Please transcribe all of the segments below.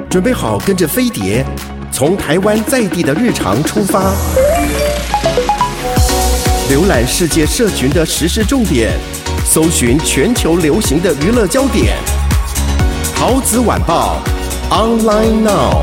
准备好跟着飞碟，从台湾在地的日常出发，浏览世界社群的时事重点，搜寻全球流行的娱乐焦点。桃子晚报 Online Now。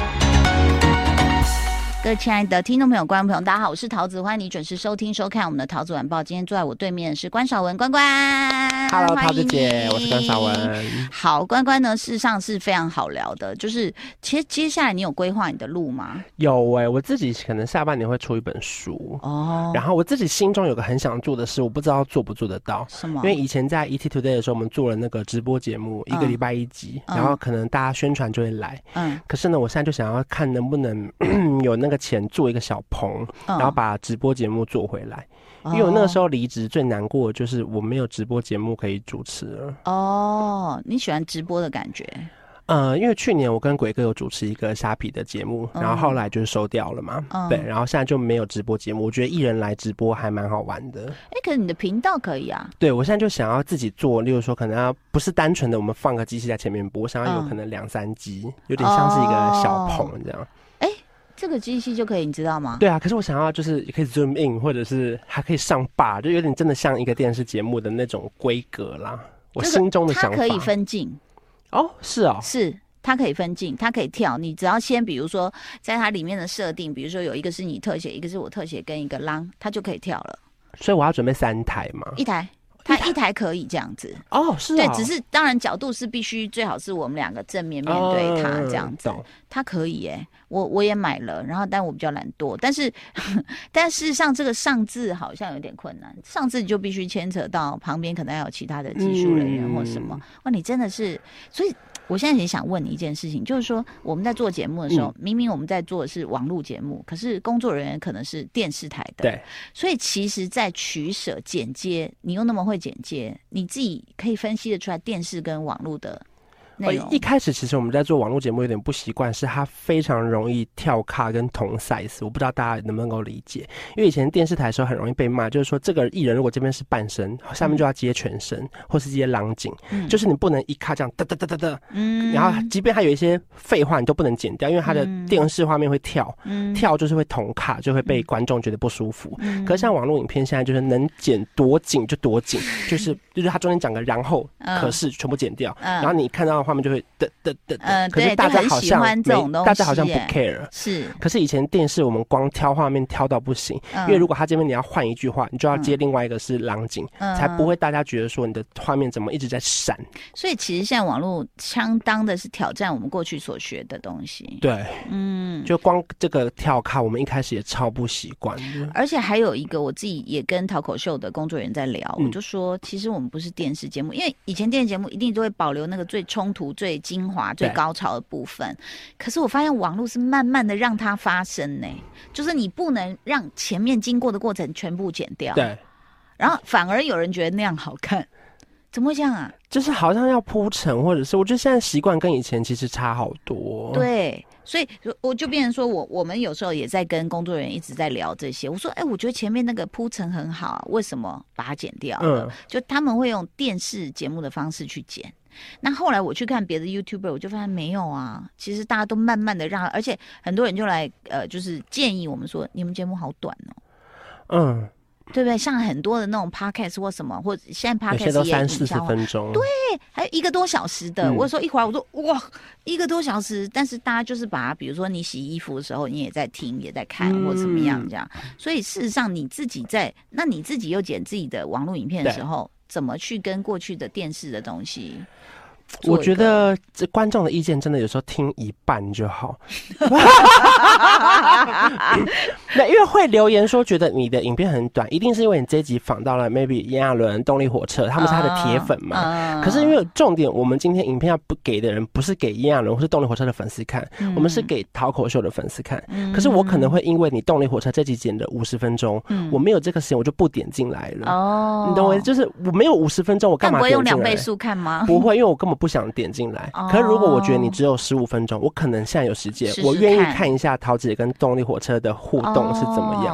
各位亲爱的听众朋友、观众朋友，大家好，我是桃子，欢迎你准时收听、收看我们的桃子晚报。今天坐在我对面的是关韶文，关关。 Hello， 桃子姐，我是关韶文。 好，关关呢，事实上是非常好聊的。就是其实接下来你有规划你的路吗？ 有我自己可能下半年会出一本书哦。然后我自己心中有个很想做的事，我不知道做不做得到。 什么？ 因为以前在 ET Today 的时候，我们做了那个直播节目，一个礼拜一集，然后可能大家宣传就会来。可是呢，我现在就想要看能不能有那个钱做一个小棚，然后把直播节目做回来。因为我那个时候离职最难过的就是我没有直播节目可以主持了。 哦，你喜欢直播的感觉？ 因为去年我跟鬼哥有主持一个虾皮的节目，然后后来就是收掉了嘛。对，然后现在就没有直播节目。我觉得艺人来直播还蛮好玩的。 可是你的频道可以啊。对， 我现在就想要自己做，例如说可能要不是单纯的我们放个机器在前面播，我想要有可能2-3机，有点像是一个小棚这样。 这个机器就可以，你知道吗？ 对啊，可是我想要就是也可以 zoom in， 或者是还可以上bar，就有点真的像一个电视节目的那种规格啦。我心中的想法， 它可以分镜哦，是哦， 是它可以分镜，它可以跳。你只要先比如说在它里面的设定，比如说有一个是你特写，一个是我特写，跟一个浪，它就可以跳了。 所以我要准备3台嘛？ 一台。它一台可以这样子哦，是对，只是当然角度是必须最好是我们两个正面面对它这样子，它可以耶，我也买了，然后但我比较懒惰，但事实上这个上字好像有点困难，上字就必须牵扯到旁边可能要有其他的技术人员或什么，哇，你真的是，所以我现在也想问你一件事情，就是说我们在做节目的时候，明明我们在做的是网络节目，可是工作人员可能是电视台的， 对， 所以其实在取舍剪接，你又那么会剪接，你自己可以分析得出来电视跟网络的内容。 一开始其实我们在做网络节目有点不习惯，是它非常容易跳卡跟同 size， 我不知道大家能不能够理解。因为以前电视台的时候很容易被骂，就是说这个艺人如果这边是半身，下面就要接全身，或是接浪景，就是你不能一卡这样哒哒哒哒哒，然后即便它有一些废话你都不能剪掉，因为它的电视画面会跳，跳就是会同卡，就会被观众觉得不舒服。可是像网络影片现在就是能剪多紧就多紧，就是它中间讲个然后可是全部剪掉，然后你看到画面就会可是大家好像大家好像不 care， 是。 可是以前电视我们光挑画面挑到不行，因为如果他这边你要换一句话，你就要接另外一个是浪景，才不会大家觉得说你的画面怎么一直在闪。 所以其实现在网络相当的是挑战我们过去所学的东西。 对，就光这个跳卡，我们一开始也超不习惯。 而且还有一个，我自己也跟逃口秀的工作人员在聊，我就说，其实我们不是电视节目，因为以前电视节目一定都会保留那个最冲突、最精华、最高潮的部分。可是我发现网络是慢慢的让它发生呢，就是你不能让前面经过的过程全部剪掉， 对， 然后反而有人觉得那样好看，怎么会这样啊？ 就是好像要铺陈，或者是我觉得现在习惯跟以前其实差好多。 对，所以我就变成说我们有时候也在跟工作人员一直在聊这些。我说，我觉得前面那个铺陈很好啊，为什么把它剪掉了？就他们会用电视节目的方式去剪。那后来我去看别的 YouTuber， 我就发现没有啊，其实大家都慢慢的而且很多人就来就是建议我们说，你们节目好短哦。对不对？像很多的那种 podcast 或什么，或现在 podcast 有些都30-40分钟， 对，还有1个多小时的。我说一会儿，我说哇，1个多小时，但是大家就是把它，比如说你洗衣服的时候，你也在听，也在看，或怎么样这样。所以事实上你自己那你自己又剪自己的网络影片的时候，怎么去跟过去的电视的东西？ 我觉得这观众的意见真的有时候听一半就好。那因为会留言说觉得你的影片很短，一定是因为你这一集访到了 maybe 炎亚纶、动力火车，他们是他的铁粉嘛。可是因为重点，我们今天影片要不给的人不是给炎亚纶或是动力火车的粉丝看，我们是给逃口秀的粉丝看。可是我可能会因为你动力火车这集剪的50分钟，我没有这个时间，我就不点进来了。你懂我意思？就是我没有50分钟，我干嘛点进来？ 但不会用2倍速看吗？ 不会，因为我根本不想点进来。可是如果我觉得你只有15分钟，我可能现在有时间，我愿意看一下桃姐跟动力火车的互动是怎么样。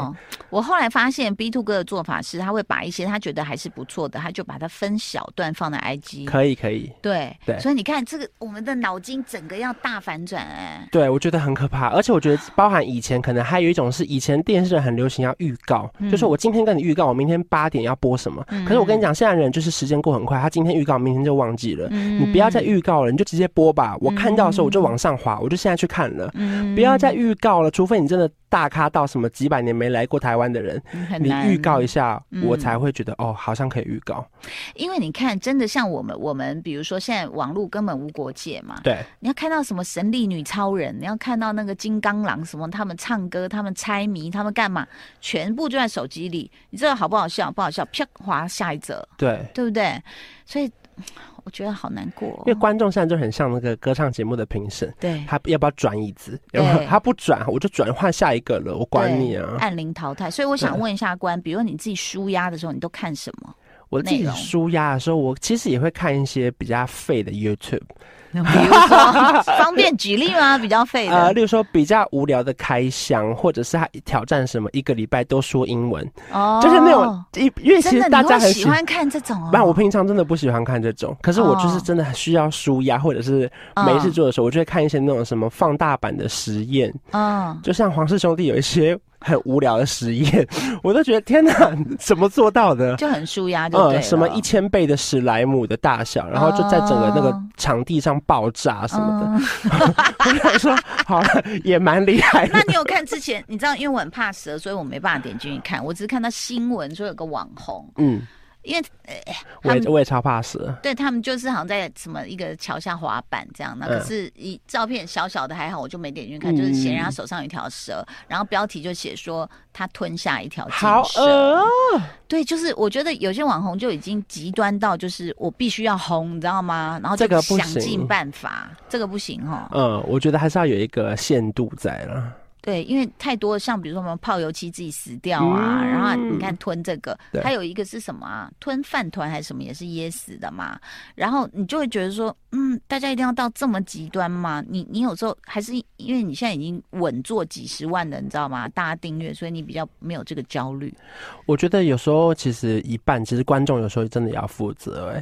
我后来发现 B2 哥的做法是，他会把一些他觉得还是不错的，他就把它分小段放在 IG。 可以。 对。 对。 所以你看，这个我们的脑筋整个要大反转对，我觉得很可怕。而且我觉得包含以前可能还有一种是，以前电视很流行要预告，就是我今天跟你预告，我明天8点要播什么。可是我跟你讲，现在人就是时间过很快，他今天预告，明天就忘记了。你不要再预告了，你就直接播吧。我看到的时候我就往上滑，我就现在去看了。不要再预告了，除非你真的大咖到什么几百年没来过台湾的人，你预告一下，我才会觉得哦，好像可以预告。 因为你看，真的像我们比如说现在网络根本无国界嘛， 对， 你要看到什么神力女超人，你要看到那个金刚狼什么，他们唱歌，他们猜谜，他们干嘛，全部就在手机里。你知道好不好笑？不好笑，啪滑下一则，对不对？所以我觉得好难过因为观众现在就很像那个歌唱节目的评审， 对， 他要不要转椅子？他不转，我就转换下一个了，我管你啊！ 按铃淘汰。所以我想问一下关，比如你自己抒压的时候，你都看什么？ 我自己抒压的时候，我其实也会看一些比较废的 YouTube。 比如说，方便举例吗？比较废的， 例如说比较无聊的开箱，或者是他挑战什么1个礼拜都说英文，就是那种，因为其实大家很喜欢看这种不然我平常真的不喜欢看这种，可是我就是真的需要抒压，或者是没事做的时候，我就会看一些那种什么放大版的实验，就像黄氏兄弟有一些很无聊的实验，我都觉得天哪，怎么做到的？ 就很抒压，就对了。 什么1000倍的史莱姆的大小，然后就在整个那个场地上爆炸什么的。我想说，好了，也蛮厉害的。 那你有看之前？你知道，因为我很怕蛇，所以我没办法点进去看。我只是看到新闻说有个网红，因为我也超怕蛇， 对他们就是好像在什么一个桥下滑板这样，那可是照片小小的还好，我就没点进去看，就是显然他手上有一条蛇，然后标题就写说他吞下一条金蛇， 好恶哦。 对，就是我觉得有些网红就已经极端到就是我必须要红，你知道吗？然后就想尽办法，这个不行哦。 我觉得还是要有一个限度在了。 对，因为太多像比如说我们泡油漆自己死掉啊，然后你看吞这个，还有一个是什么啊？吞饭团还是什么也是噎死的嘛。然后你就会觉得说，大家一定要到这么极端吗？你有时候还是因为你现在已经稳坐几十万的，你知道吗？大家订阅，所以你比较没有这个焦虑。 我觉得有时候其实一半，其实观众有时候真的也要负责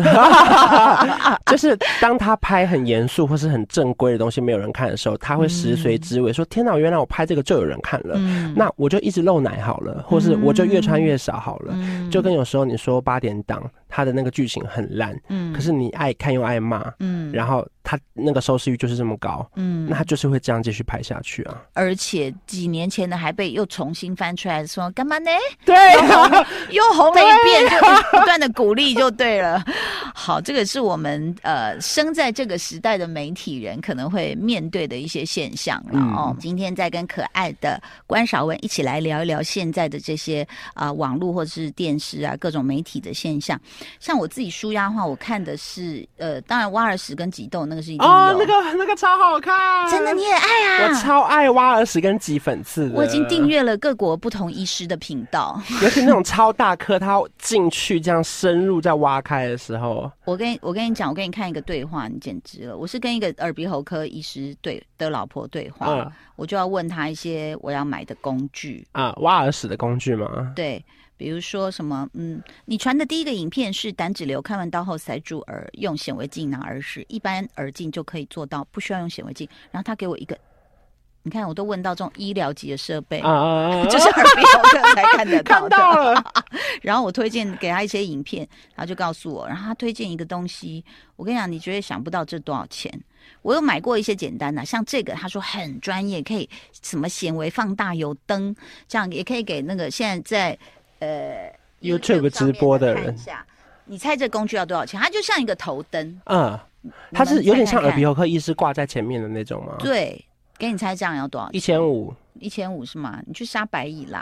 就是当他拍很严肃或是很正规的东西没有人看的时候，他会食髓知味，说天哪，原来我拍这个就有人看了，那我就一直露奶好了，或是我就越穿越少好了，就跟有时候你说8点档他的那个剧情很烂，可是你爱看又爱骂，然后他那个收视率就是这么高，那他就是会这样继续拍下去啊。 而且几年前的还被又重新翻出来说干嘛呢？ 对， 又红了一遍，就不断的鼓励就对了。好，这个是我们生在这个时代的媒体人可能会面对的一些现象了哦。今天再跟可爱的关韶文一起来聊一聊现在的这些网络或者是电视啊各种媒体的现象。像我自己抒压的话，我看的是当然挖耳屎跟挤痘那个是一定有那个超好看， 真的你也爱啊？ 我超爱挖耳屎跟挤粉刺的。 我已经订阅了各国不同医师的频道， 尤其那种超大颗，他进去这样深入再挖开的时候， 我跟你讲，我给你看一个对话，你简直了！我是跟一个耳鼻喉科医师的老婆对话，我就要问他一些我要买的工具挖耳屎的工具吗？ 对。比如说什么，你传的第一个影片是胆脂瘤，看完刀后塞住耳，用显微镜拿耳屎，一般耳镜就可以做到，不需要用显微镜。然后他给我一个，你看我都问到这种医疗级的设备，就是耳鼻喉科才看得到的。 看到了。 然后我推荐给他一些影片，然后就告诉我，然后他推荐一个东西，我跟你讲，你绝对想不到这多少钱。我有买过一些简单的，像这个他说很专业，可以什么显微放大，有灯，这样也可以给那个现在 YouTube 直播的人， 你猜这工具要多少钱？它就像一个头灯， 它是有点像耳鼻喉科医师挂在前面的那种吗？ 对，给你猜这样要多少钱 ？1500 是吗？你去杀白蚁啦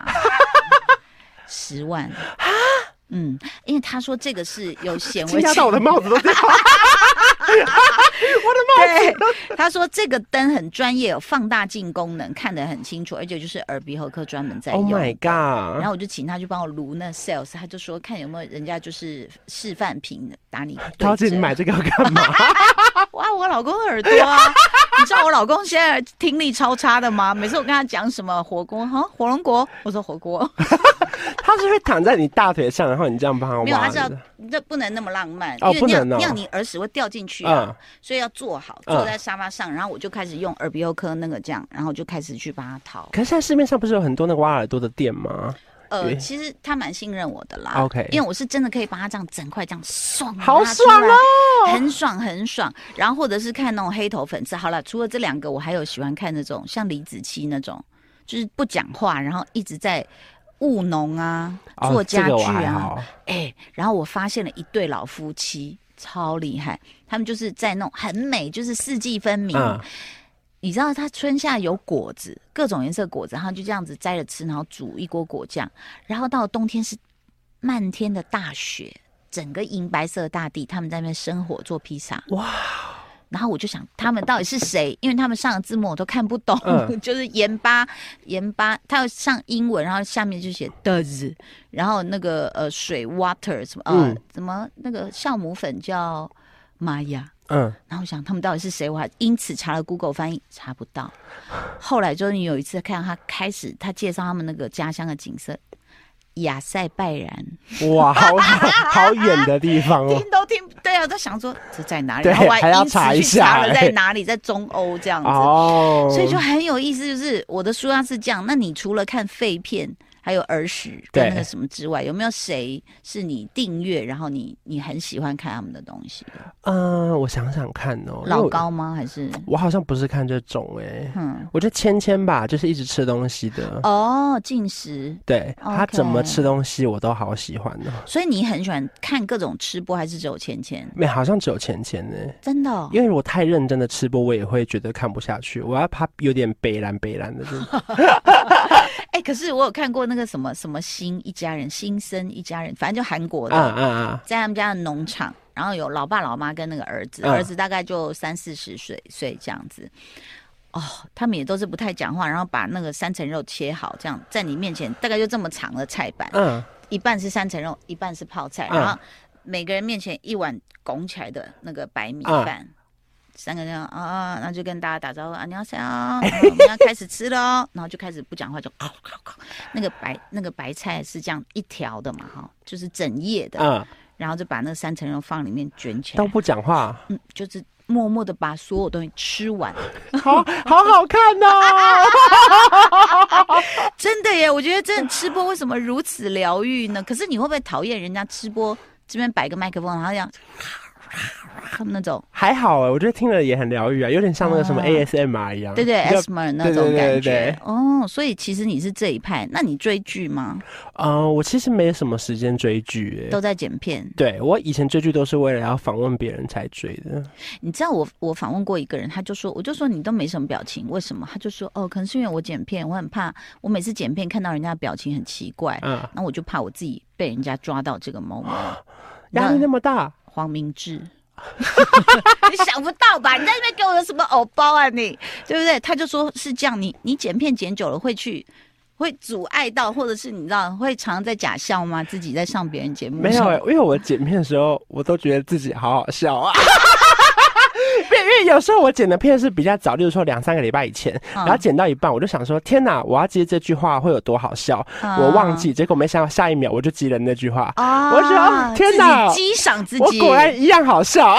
！10万啊！因为他说这个是有显微镜， 惊讶到我的帽子都掉。我的帽子。他说这个灯很专业，有放大镜功能，看得很清楚，而且就是耳鼻喉科专门在用。 Oh my god！ 然后我就请他去帮我撸那 sales， 他就说看有没有人家就是示范品打你。 陶姐，你买这个要干嘛？ 哇，我老公的耳朵啊！你知道我老公现在听力超差的吗？每次我跟他讲什么火锅哈，火龙果，我说火锅， 他是会躺在你大腿上，然后你这样帮他挖。 没有，他是要这不能那么浪漫， 哦， 因为那样你耳屎会掉进去啊，所以要坐好，坐在沙发上，然后我就开始用耳鼻喉科那个这样，然后就开始去帮他掏。 可是现在市面上不是有很多那个挖耳朵的店吗？ 其实他蛮信任我的啦 ，OK， 因为我是真的可以帮他这样整块这样爽， 好爽哦， 很爽很爽。然后或者是看那种黑头粉刺，好了，除了这2个，我还有喜欢看那种像李子柒那种，就是不讲话，然后一直在务农啊，做家具啊，然后我发现了一对老夫妻超厉害，他们就是在那种很美，就是四季分明。你知道它春夏有果子，各种颜色的果子，然后就这样子摘了吃，然后煮一锅果酱，然后到了冬天是漫天的大雪，整个银白色的大地，他们在那边生火做披萨，哇！然后我就想他们到底是谁，因为他们上的字幕我都看不懂，就是盐巴，他要上英文，然后下面就写 does， 然后那个水 water 什么怎么那个酵母粉叫玛雅。然后我想他们到底是谁，我还因此查了 Google 翻译，查不到。后来终于有一次看到他介绍他们那个家乡的景色，亚塞拜然， 哇，好远的地方哦， 听都听，对啊，都想说这在哪里， 对， 然后我还要查一下， 查了在哪里，在中欧这样子，所以就很有意思。就是我的书要是这样，那你除了看废片还有耳屎跟那个什么之外，有没有谁是你订阅，然后你很喜欢看他们的东西？ 我想想看哦， 老高吗？还是我好像不是看这种我觉得芊吧，就是一直吃东西的进食， 对，他怎么吃东西我都好喜欢的。 所以你很喜欢看各种吃播，还是只有芊？ 没，好像只有芊呢， 真的哦？ 因为我太认真的吃播，我也会觉得看不下去，我要怕有点北蓝的这种。 可是我有看过那个什么新一家人，新生一家人，反正就韩国的，在他们家的农场，然后有老爸老妈跟那个儿子，儿子大概就30-40岁这样子。他们也都是不太讲话，然后把那个3层肉切好，这样在你面前大概就这么长的菜板，一半是3层肉，一半是泡菜，然后每个人面前一碗拱起来的那个白米饭。3个人然后就跟大家打招呼，你好我们要开始吃了哦，然后就开始不讲话，就那个白菜是这样一条的嘛，就是整叶的，然后就把那个3层肉放里面卷起来， 都不讲话， 就是默默的把所有东西吃完， 好看哦！ 真的耶，我觉得真的吃播为什么如此疗愈呢？可是你会不会讨厌人家吃播这边摆个麦克风，然后这样？那种还好我觉得听了也很疗愈啊，有点像那个什么 ASMR 一样， 对 ASMR 那种感觉。 对所以其实你是这一派。那你追剧吗？ 我其实没什么时间追剧， 都在剪片。 对，我以前追剧都是为了要访问别人才追的。 你知道我访问过一个人，我就说你都没什么表情，为什么？他就说可能是因为我剪片，我很怕我每次剪片看到人家的表情很奇怪，那我就怕我自己被人家抓到这个 moment， 压力那么大。 黄明志。你想不到吧？你在那边给我的什么偶包啊你，对不对？他就说是这样，你剪片剪久了会阻碍到，或者是你知道会常常在假笑吗？自己在上别人节目？ 没有因为我剪片的时候我都觉得自己好好笑啊。因为有时候我剪的片是比较早，例如说2-3个礼拜以前，然后剪到一半我就想说天哪，我要接这句话会有多好笑，我忘记，结果没想到下一秒我就接了那句话，我就觉得天哪， 自己激赏自己， 我果然一样好笑。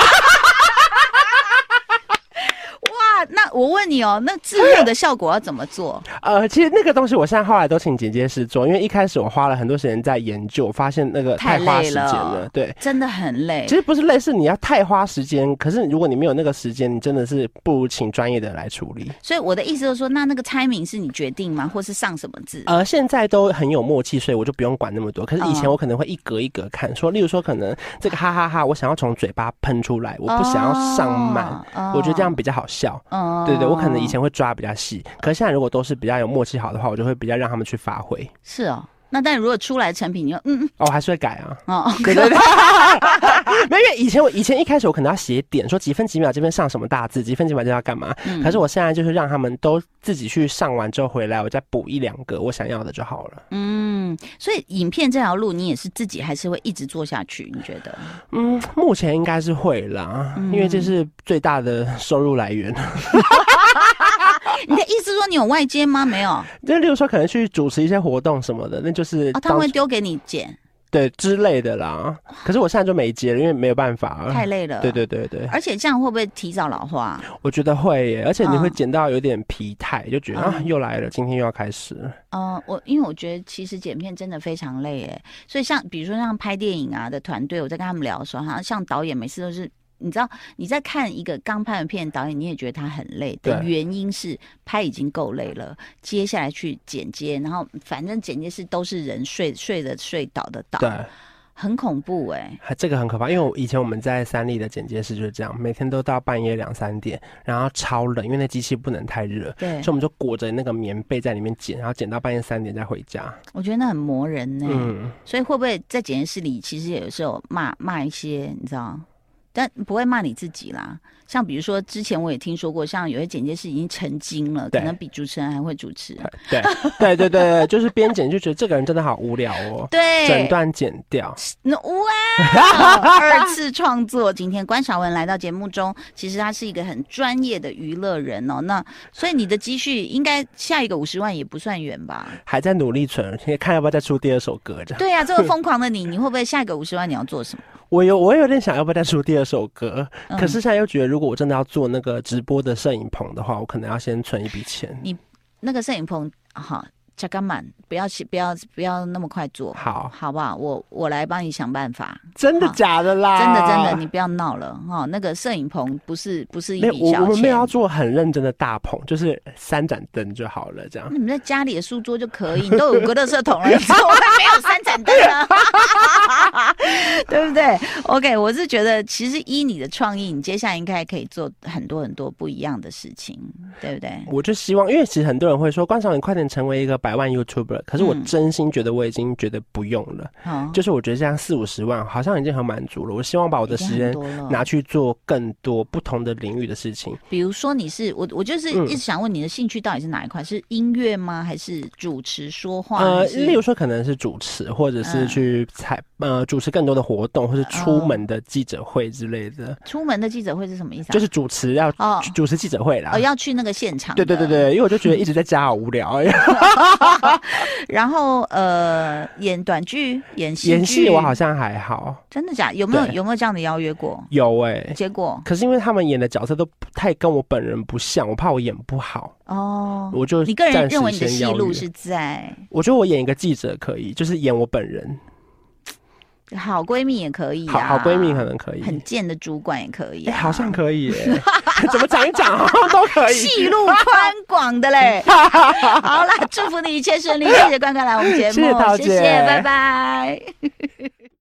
那我问你那字幕的效果要怎么做？ 其实那个东西我现在后来都请剪接师做，因为一开始我花了很多时间在研究，发现那个太花时间了，对， 真的很累。 其实不是累，是你要太花时间，可是如果你没有那个时间，你真的是不如请专业的来处理。 所以我的意思就是说，那个 timing 是你决定吗？或是上什么字？ 现在都很有默契，所以我就不用管那么多。可是以前我可能会一格一格看，例如说可能这个哈哈哈，我想要从嘴巴喷出来，我不想要上满，我觉得这样比较好笑。对，我可能以前会抓比较细，可是现在如果都是比较有默契好的话，我就会比较让他们去发挥。 是哦，那但如果出来成品，你我还是会改啊。对。没有，因为以前一开始我可能要写点，说几分几秒这边上什么大字，几分几秒就要干嘛。可是我现在就是让他们都自己去上完之后回来，我再补1-2个我想要的就好了。 所以影片这条路你也是自己还是会一直做下去？你觉得？ 目前应该是会啦，因为这是最大的收入来源。 你的意思说你有外接吗？没有。 就例如说可能去主持一些活动什么的，那就是他们会丢给你剪。 对之类的啦，可是我现在就没接了，因为没有办法了， 太累了。对， 而且这样会不会提早老化？ 我觉得会耶，而且你会剪到有点疲态，就觉得又来了，今天又要开始了。 因为我觉得其实剪片真的非常累耶，所以比如说像拍电影啊的团队，我在跟他们聊的时候，好像像导演每次都是。你知道你在看一个刚拍完片的导演，你也觉得他很累的原因是拍已经够累了，接下来去剪接，然后反正剪接室都是人睡的睡倒的倒，对，很恐怖这个很可怕。因为以前我们在三立的剪接室就是这样，每天都到半夜2、3点，然后超冷，因为那机器不能太热，对，所以我们就裹着那个棉被在里面剪，然后剪到半夜3点再回家。 我觉得那很磨人所以会不会在剪接室里其实也有时候骂一些，你知道？但不会骂你自己啦，像比如说之前我也听说过，像有些剪接师已经成精了，可能比主持人还会主持。 对，就是边剪就觉得这个人真的好无聊哦，对，整段剪掉。 哇，2次创作。今天关韶文来到节目中，其实他是一个很专业的娱乐人哦。那所以你的积蓄应该下一个50万也不算远吧？ 还在努力存，看要不要再出第2首歌这样。 对啊，这个疯狂的你会不会下一个50万你要做什么？ 我有点想要不要再出第2首歌，可是现在又觉得如果我真的要做那个直播的摄影棚的话，我可能要先存一笔钱。 你那个摄影棚加干满，不要那么快做，好不好？我来帮你想办法。 真的假的啦？ 真的，你不要闹了哈。那个摄影棚不是一笔小钱， 我们没有要做很认真的大棚，就是3盏灯就好了，这样。 你们在家里的书桌就可以，你都有5个垃圾桶了，你怎么会没有3盏灯呢？对不对 ？OK， 我是觉得其实依你的创意，你接下来应该可以做很多很多不一样的事情，对不对？ 我就希望，因为其实很多人会说，关韶文你快点成为一个100万 YouTuber， 可是我真心觉得我已经觉得不用了，就是我觉得这样40、50万好像已经很满足了。我希望把我的时间拿去做更多不同的领域的事情。 比如说你是我就是一直想问你的兴趣到底是哪一块？是音乐吗？还是主持说话？ 例如说可能是主持，或者是去主持更多的活动，或是出门的记者会之类的。 出门的记者会是什么意思？ 就是主持要主持记者会啦。 要去那个现场。 对，因为我就觉得一直在家好无聊。 然后演短剧、演戏我好像还好。 真的假的？有没有这样的邀约过？ 有结果可是因为他们演的角色都太跟我本人不像，我怕我演不好。我就你个人认为你的戏路是在？ 我觉得我演一个记者可以，就是演我本人。 好闺蜜也可以好闺蜜可能可以， 很贱的主管也可以好像可以耶。怎么讲一讲好像都可以， 戏路宽广的嘞。好啦，祝福你一切顺利，谢谢关关来我们节目， 谢谢陶姐， 谢谢，拜拜。